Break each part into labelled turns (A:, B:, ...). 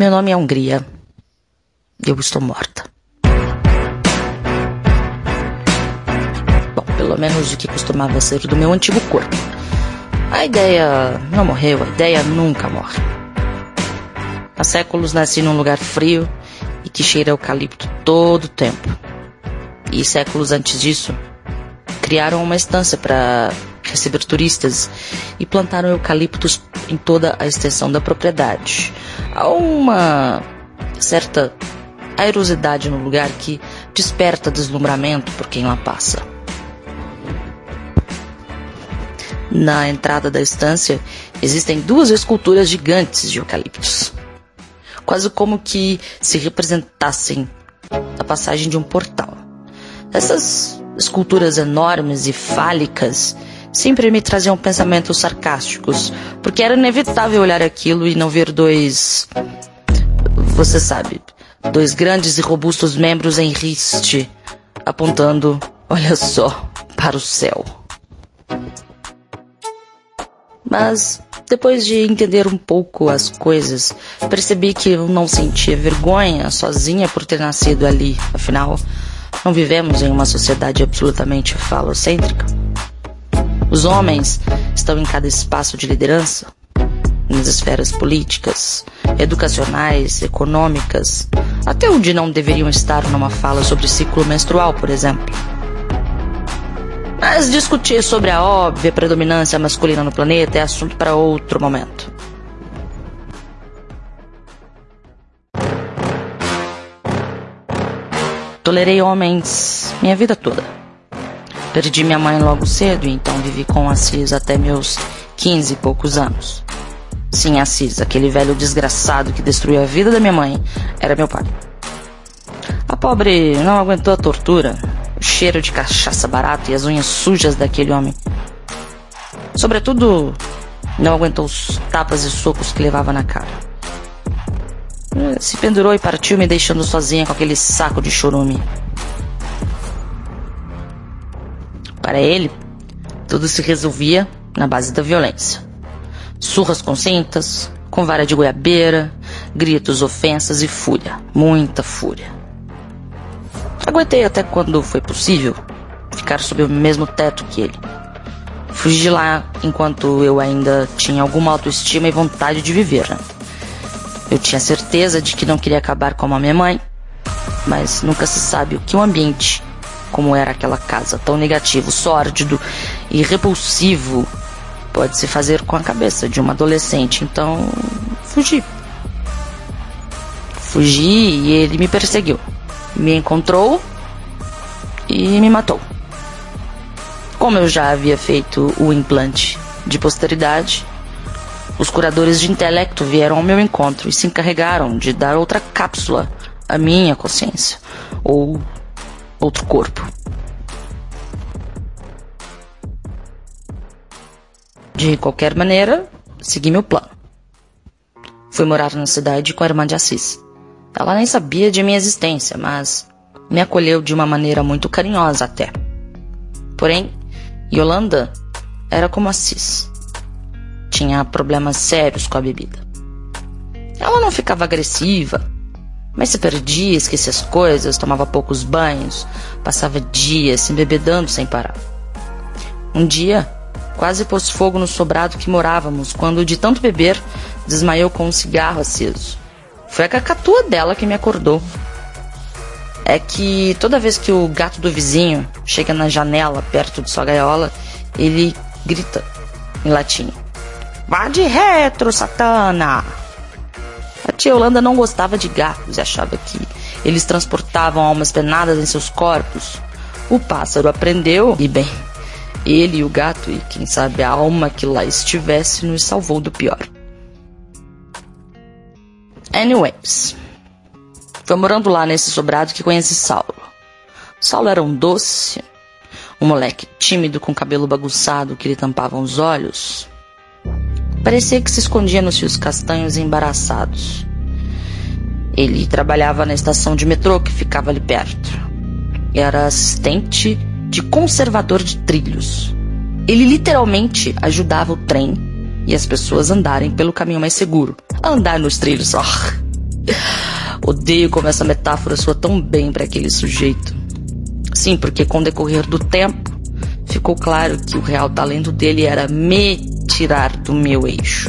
A: Meu nome é Hungria. Eu estou morta. Bom, pelo menos o que costumava ser do meu antigo corpo. A ideia não morreu, a ideia nunca morre. Há séculos nasci num lugar frio e que cheira eucalipto todo o tempo. E séculos antes disso, criaram uma estância para receber turistas e plantaram eucaliptos em toda a extensão da propriedade. Há uma certa airosidade no lugar que desperta deslumbramento por quem lá passa. Na entrada da estância existem 2 esculturas gigantes de eucaliptos, quase como que se representassem a passagem de um portal. Essas esculturas enormes e fálicas sempre me traziam pensamentos sarcásticos, porque era inevitável olhar aquilo e não ver 2... Você sabe, 2 grandes e robustos membros em riste, apontando, olha só, para o céu. Mas, depois de entender um pouco as coisas, percebi que eu não sentia vergonha sozinha por ter nascido ali. Afinal, não vivemos em uma sociedade absolutamente falocêntrica. Os homens estão em cada espaço de liderança, nas esferas políticas, educacionais, econômicas, até onde não deveriam estar numa fala sobre ciclo menstrual, por exemplo. Mas discutir sobre a óbvia predominância masculina no planeta é assunto para outro momento. Tolerei homens minha vida toda. Perdi minha mãe logo cedo e então vivi com Assis até meus 15 e poucos anos. Sim, Assis, aquele velho desgraçado que destruiu a vida da minha mãe, era meu pai. A pobre não aguentou a tortura, o cheiro de cachaça barata e as unhas sujas daquele homem. Sobretudo, não aguentou os tapas e socos que levava na cara. Se pendurou e partiu, me deixando sozinha com aquele saco de chorume. Para ele, tudo se resolvia na base da violência. Surras com cintas, com vara de goiabeira, gritos, ofensas e fúria. Muita fúria. Aguentei até quando foi possível ficar sob o mesmo teto que ele. Fugi de lá enquanto eu ainda tinha alguma autoestima e vontade de viver, né? Eu tinha certeza de que não queria acabar como a minha mãe, mas nunca se sabe o que o ambiente, como era aquela casa, tão negativo, sórdido e repulsivo, pode se fazer com a cabeça de uma adolescente. Então, fugi. Fugi e ele me perseguiu. Me encontrou e me matou. Como eu já havia feito o implante de posteridade, os curadores de intelecto vieram ao meu encontro e se encarregaram de dar outra cápsula à minha consciência, ou outro corpo. De qualquer maneira, segui meu plano. Fui morar na cidade com a irmã de Assis. Ela nem sabia de minha existência, mas me acolheu de uma maneira muito carinhosa até. Porém, Yolanda era como Assis. Tinha problemas sérios com a bebida. Ela não ficava agressiva, mas se perdia, esquecia as coisas, tomava poucos banhos, passava dias se embebedando sem parar. Um dia, quase pôs fogo no sobrado que morávamos, quando de tanto beber, desmaiou com um cigarro aceso. Foi a cacatua dela que me acordou. É que toda vez que o gato do vizinho chega na janela perto de sua gaiola, ele grita em latim: "Vá de retro, Satana!" A tia Yolanda não gostava de gatos e achava que eles transportavam almas penadas em seus corpos. O pássaro aprendeu e, bem, ele e o gato, e quem sabe a alma que lá estivesse, nos salvou do pior. Anyways, foi morando lá nesse sobrado que conheci Saulo. Saulo era um doce, um moleque tímido com cabelo bagunçado que lhe tampavam os olhos. Parecia que se escondia nos fios castanhos e embaraçados. Ele trabalhava na estação de metrô que ficava ali perto. Era assistente de conservador de trilhos. Ele literalmente ajudava o trem e as pessoas a andarem pelo caminho mais seguro. A andar nos trilhos. Odeio como essa metáfora soa tão bem para aquele sujeito. Sim, porque com o decorrer do tempo, ficou claro que o real talento dele era me tirar do meu eixo.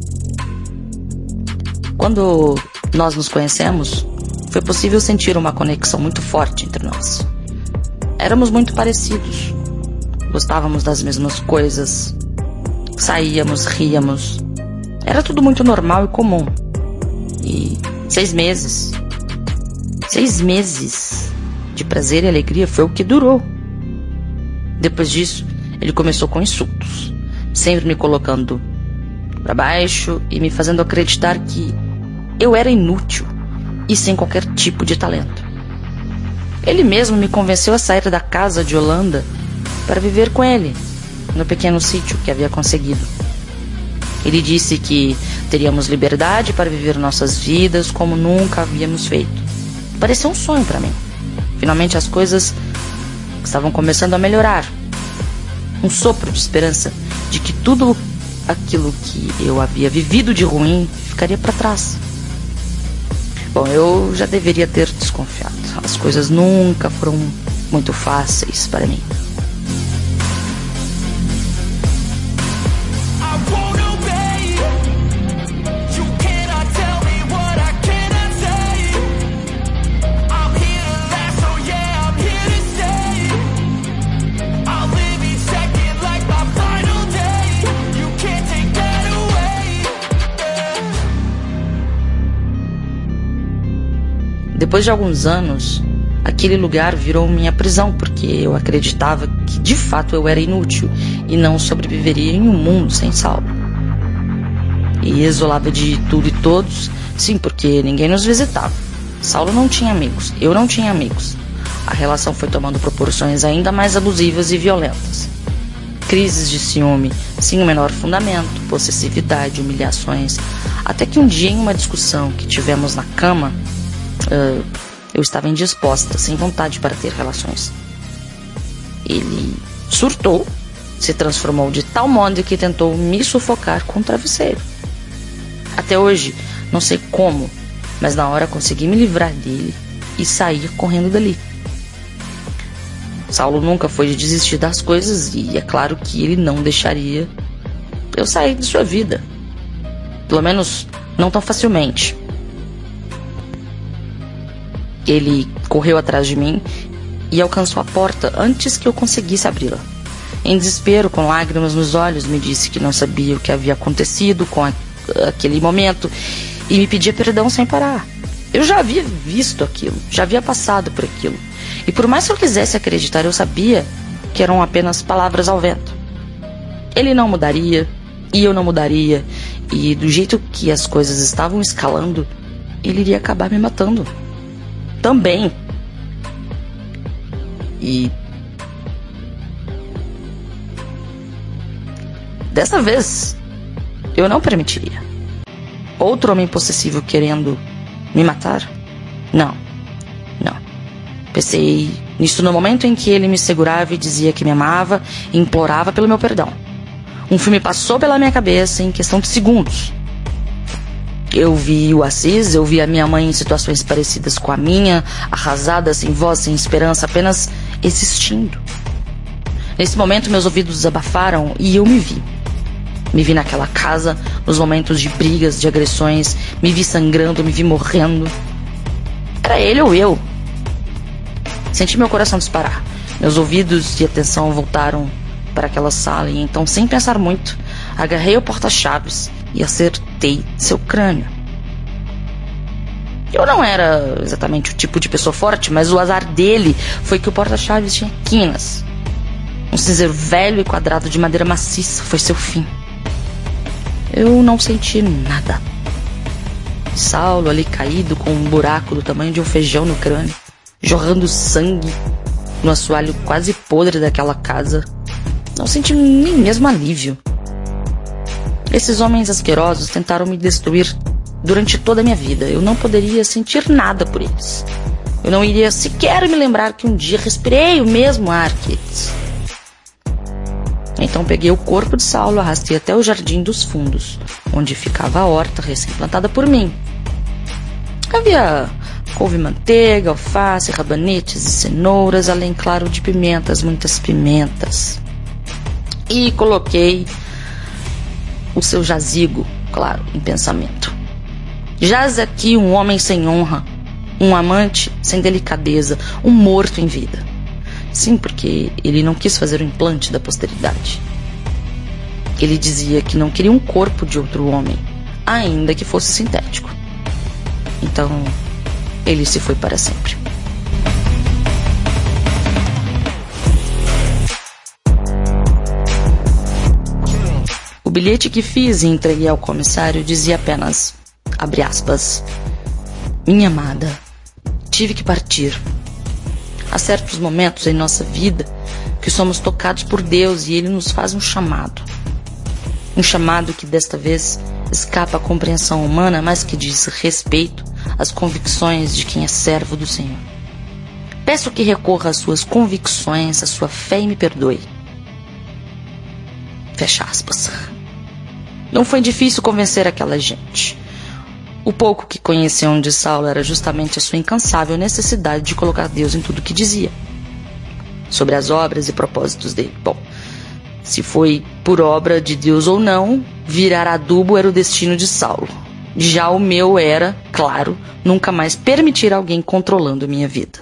A: Quando nós nos conhecemos, foi possível sentir uma conexão muito forte entre nós. Éramos muito parecidos. Gostávamos das mesmas coisas. Saíamos, ríamos. Era tudo muito normal e comum. E 6 meses de prazer e alegria foi o que durou. Depois disso, ele começou com insultos, sempre me colocando para baixo e me fazendo acreditar que eu era inútil e sem qualquer tipo de talento. Ele mesmo me convenceu a sair da casa de Holanda para viver com ele, no pequeno sítio que havia conseguido. Ele disse que teríamos liberdade para viver nossas vidas como nunca havíamos feito. Parecia um sonho para mim. Finalmente as coisas estavam começando a melhorar. Um sopro de esperança de que tudo aquilo que eu havia vivido de ruim ficaria para trás. Bom, eu já deveria ter desconfiado. As coisas nunca foram muito fáceis para mim. Depois de alguns anos, aquele lugar virou minha prisão, porque eu acreditava que de fato eu era inútil e não sobreviveria em um mundo sem Saulo. E isolada de tudo e todos, sim, porque ninguém nos visitava. Saulo não tinha amigos, eu não tinha amigos. A relação foi tomando proporções ainda mais abusivas e violentas. Crises de ciúme, sem o menor fundamento, possessividade, humilhações, até que um dia em uma discussão que tivemos na cama, eu estava indisposta, sem vontade para ter relações. Ele surtou, se transformou de tal modo que tentou me sufocar com o travesseiro. Até hoje, não sei como, mas na hora consegui me livrar dele e sair correndo dali. Saulo nunca foi de desistir das coisas e é claro que ele não deixaria eu sair de sua vida. Pelo menos não tão facilmente. Ele correu atrás de mim e alcançou a porta antes que eu conseguisse abri-la. Em desespero, com lágrimas nos olhos, me disse que não sabia o que havia acontecido com aquele momento e me pedia perdão sem parar. Eu já havia visto aquilo, já havia passado por aquilo. E por mais que eu quisesse acreditar, eu sabia que eram apenas palavras ao vento. Ele não mudaria, e eu não mudaria, e do jeito que as coisas estavam escalando, ele iria acabar me matando. Também. E dessa vez eu não permitiria. Outro homem possessivo querendo me matar? Não. Pensei nisso no momento em que ele me segurava e dizia que me amava e implorava pelo meu perdão. Um filme passou pela minha cabeça em questão de segundos. Eu vi o Assis, eu vi a minha mãe em situações parecidas com a minha, arrasada, sem voz, sem esperança, apenas existindo. Nesse momento, meus ouvidos desabafaram e eu me vi. Me vi naquela casa, nos momentos de brigas, de agressões, me vi sangrando, me vi morrendo. Era ele ou eu. Senti meu coração disparar. Meus ouvidos de atenção voltaram para aquela sala e então, sem pensar muito, agarrei o porta-chaves e acertei seu crânio. Eu não era exatamente o tipo de pessoa forte, mas o azar dele foi que o porta-chaves tinha quinas. Um cinzeiro velho e quadrado de madeira maciça foi seu fim. Eu não senti nada. Saulo ali caído com um buraco do tamanho de um feijão no crânio, jorrando sangue no assoalho quase podre daquela casa. Não senti nem mesmo alívio. Esses homens asquerosos tentaram me destruir durante toda a minha vida. Eu não poderia sentir nada por eles. Eu não iria sequer me lembrar que um dia respirei o mesmo ar que eles. Então peguei o corpo de Saulo, arrastei até o jardim dos fundos, onde ficava a horta recém-plantada por mim. Havia couve-manteiga, alface, rabanetes e cenouras, além, claro, de pimentas, muitas pimentas. E coloquei o seu jazigo, claro, em pensamento. Jaz aqui um homem sem honra, um amante sem delicadeza, um morto em vida. Sim, porque ele não quis fazer o implante da posteridade. Ele dizia que não queria um corpo de outro homem, ainda que fosse sintético. Então, ele se foi para sempre. O bilhete que fiz e entreguei ao comissário dizia apenas, abre aspas, minha amada, tive que partir. Há certos momentos em nossa vida que somos tocados por Deus e Ele nos faz um chamado. Um chamado que desta vez escapa à compreensão humana, mas que diz respeito às convicções de quem é servo do Senhor. Peço que recorra às suas convicções, à sua fé e me perdoe. Fecha aspas. Não foi difícil convencer aquela gente. O pouco que conheciam de Saulo era justamente a sua incansável necessidade de colocar Deus em tudo o que dizia. Sobre as obras e propósitos dele. Bom, se foi por obra de Deus ou não, virar adubo era o destino de Saulo. Já o meu era, claro, nunca mais permitir alguém controlando minha vida.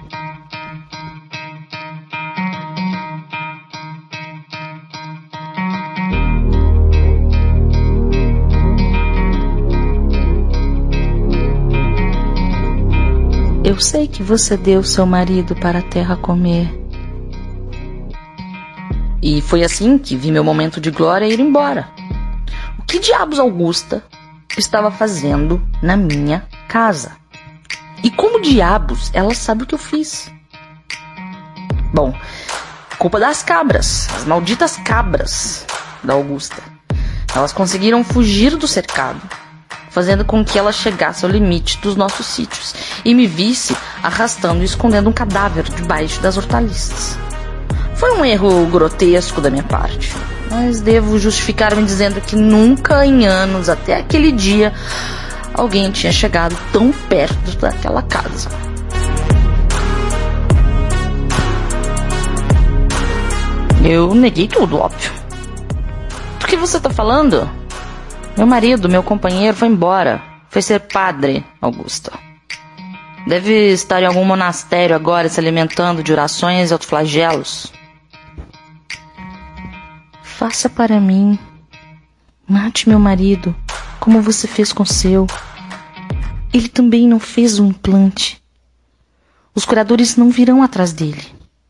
A: Eu sei que você deu seu marido para a terra comer. E foi assim que vi meu momento de glória ir embora. O que diabos Augusta estava fazendo na minha casa? E como diabos ela sabe o que eu fiz? Bom, culpa das cabras, as malditas cabras da Augusta. Elas conseguiram fugir do cercado, fazendo com que ela chegasse ao limite dos nossos sítios e me visse arrastando e escondendo um cadáver debaixo das hortaliças. Foi um erro grotesco da minha parte, mas devo justificar-me dizendo que nunca em anos, até aquele dia, alguém tinha chegado tão perto daquela casa. Eu neguei tudo, óbvio. Do que você tá falando? Meu marido, meu companheiro, foi embora. Foi ser padre, Augusta. Deve estar em algum monastério agora se alimentando de orações e autoflagelos. Faça para mim. Mate meu marido, como você fez com o seu. Ele também não fez o implante. Os curadores não virão atrás dele.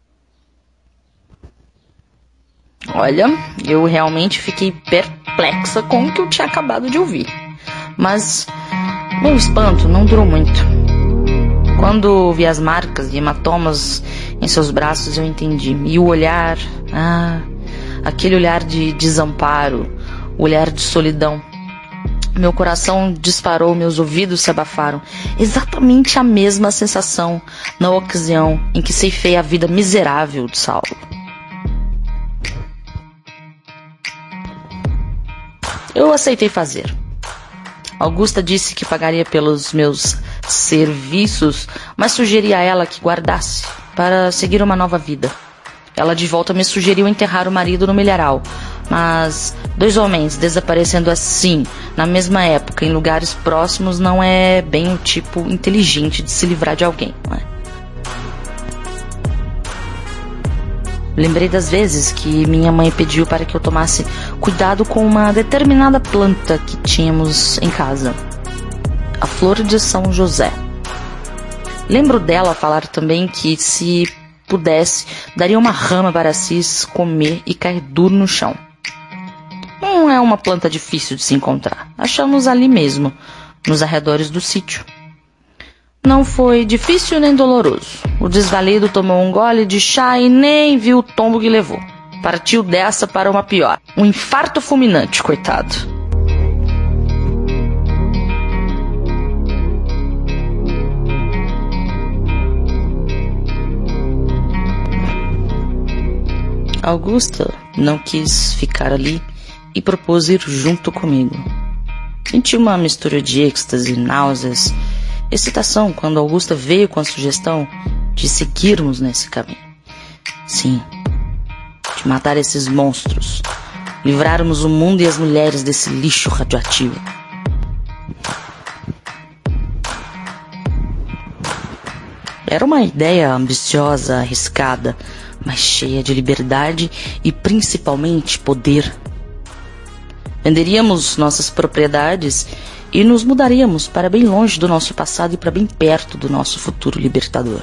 A: Olha, eu realmente fiquei perplexa com o que eu tinha acabado de ouvir. Mas meu espanto não durou muito. Quando vi as marcas e hematomas em seus braços, eu entendi. E o olhar, aquele olhar de desamparo, o olhar de solidão. Meu coração disparou, meus ouvidos se abafaram. Exatamente a mesma sensação na ocasião em que ceifei a vida miserável de Saulo. Eu aceitei fazer. Augusta disse que pagaria pelos meus serviços, mas sugeri a ela que guardasse para seguir uma nova vida. Ela de volta me sugeriu enterrar o marido no milharal, mas 2 homens desaparecendo assim, na mesma época, em lugares próximos, não é bem o tipo inteligente de se livrar de alguém, não é? Lembrei das vezes que minha mãe pediu para que eu tomasse cuidado com uma determinada planta que tínhamos em casa. A flor de São José. Lembro dela falar também que, se pudesse, daria uma rama para Cis comer e cair duro no chão. Não é uma planta difícil de se encontrar. Achamos ali mesmo, nos arredores do sítio. Não foi difícil nem doloroso. O desvalido tomou um gole de chá e nem viu o tombo que levou. Partiu dessa para uma pior. Um infarto fulminante, coitado. Augusta não quis ficar ali e propôs ir junto comigo. Senti uma mistura de êxtase, náuseas excitação quando Augusta veio com a sugestão de seguirmos nesse caminho. Sim, de matar esses monstros, livrarmos o mundo e as mulheres desse lixo radioativo. Era uma ideia ambiciosa, arriscada, mas cheia de liberdade e principalmente poder. Venderíamos nossas propriedades e nos mudaríamos para bem longe do nosso passado e para bem perto do nosso futuro libertador.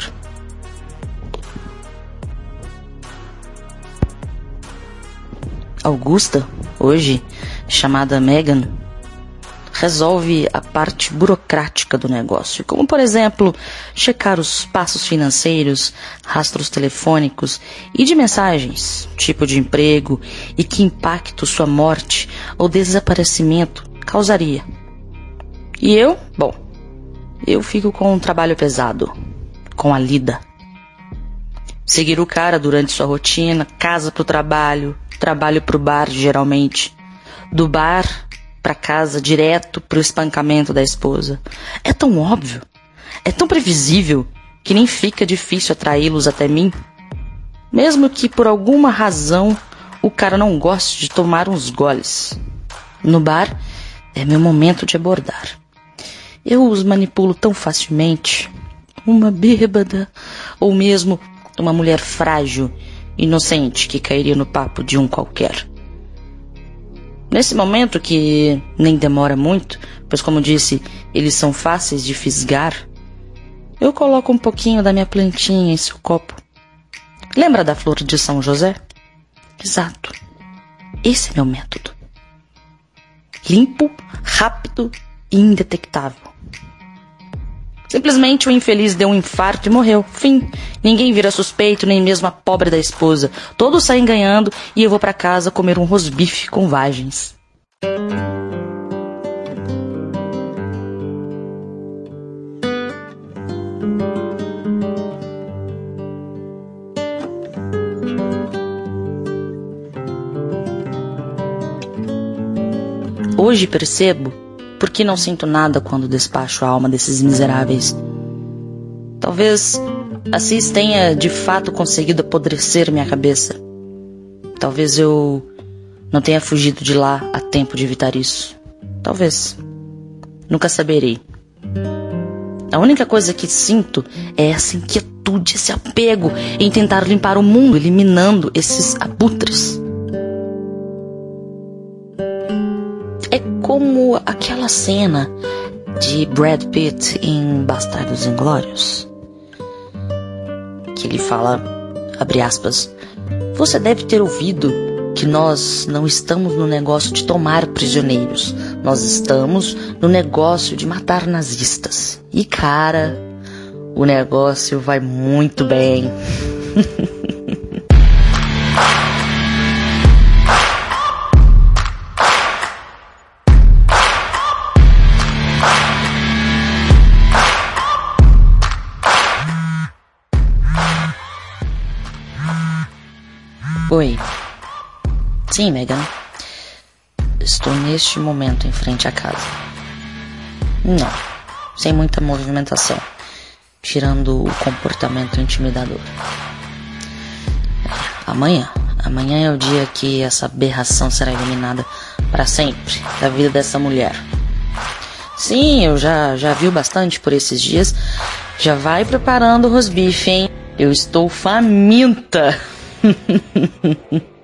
A: Augusta, hoje chamada Megan, resolve a parte burocrática do negócio, como, por exemplo, checar os passos financeiros, rastros telefônicos e de mensagens, tipo de emprego e que impacto sua morte ou desaparecimento causaria. E eu fico com um trabalho pesado, com a lida. Seguir o cara durante sua rotina, casa pro trabalho, trabalho pro bar, geralmente, do bar pra casa, direto pro espancamento da esposa. É tão óbvio, é tão previsível, que nem fica difícil atraí-los até mim. Mesmo que por alguma razão o cara não goste de tomar uns goles. No bar é meu momento de abordar. Eu os manipulo tão facilmente. Uma bêbada, ou mesmo uma mulher frágil, inocente, que cairia no papo de um qualquer. Nesse momento, que nem demora muito, pois, como disse, eles são fáceis de fisgar, eu coloco um pouquinho da minha plantinha em seu copo. Lembra da flor de São José? Exato. Esse é meu método. Limpo, rápido e indetectável. Simplesmente o infeliz deu um infarto e morreu. Fim. Ninguém vira suspeito, nem mesmo a pobre da esposa. Todos saem ganhando e eu vou pra casa comer um rosbife com vagens. Hoje percebo por que não sinto nada quando despacho a alma desses miseráveis. Talvez Assis tenha de fato conseguido apodrecer minha cabeça. Talvez eu não tenha fugido de lá a tempo de evitar isso. Talvez. Nunca saberei. A única coisa que sinto é essa inquietude, esse apego em tentar limpar o mundo, eliminando esses abutres. É como aquela cena de Brad Pitt em Bastardos Inglórios, que ele fala, abre aspas, você deve ter ouvido que nós não estamos no negócio de tomar prisioneiros, nós estamos no negócio de matar nazistas. E cara, o negócio vai muito bem. Oi. Sim, Megan. Estou neste momento em frente à casa. Não, sem muita movimentação, tirando o comportamento intimidador. Amanhã é o dia que essa aberração será eliminada para sempre da vida dessa mulher. Sim, eu já vi bastante por esses dias. Já vai preparando o rosbife, hein? Eu estou faminta.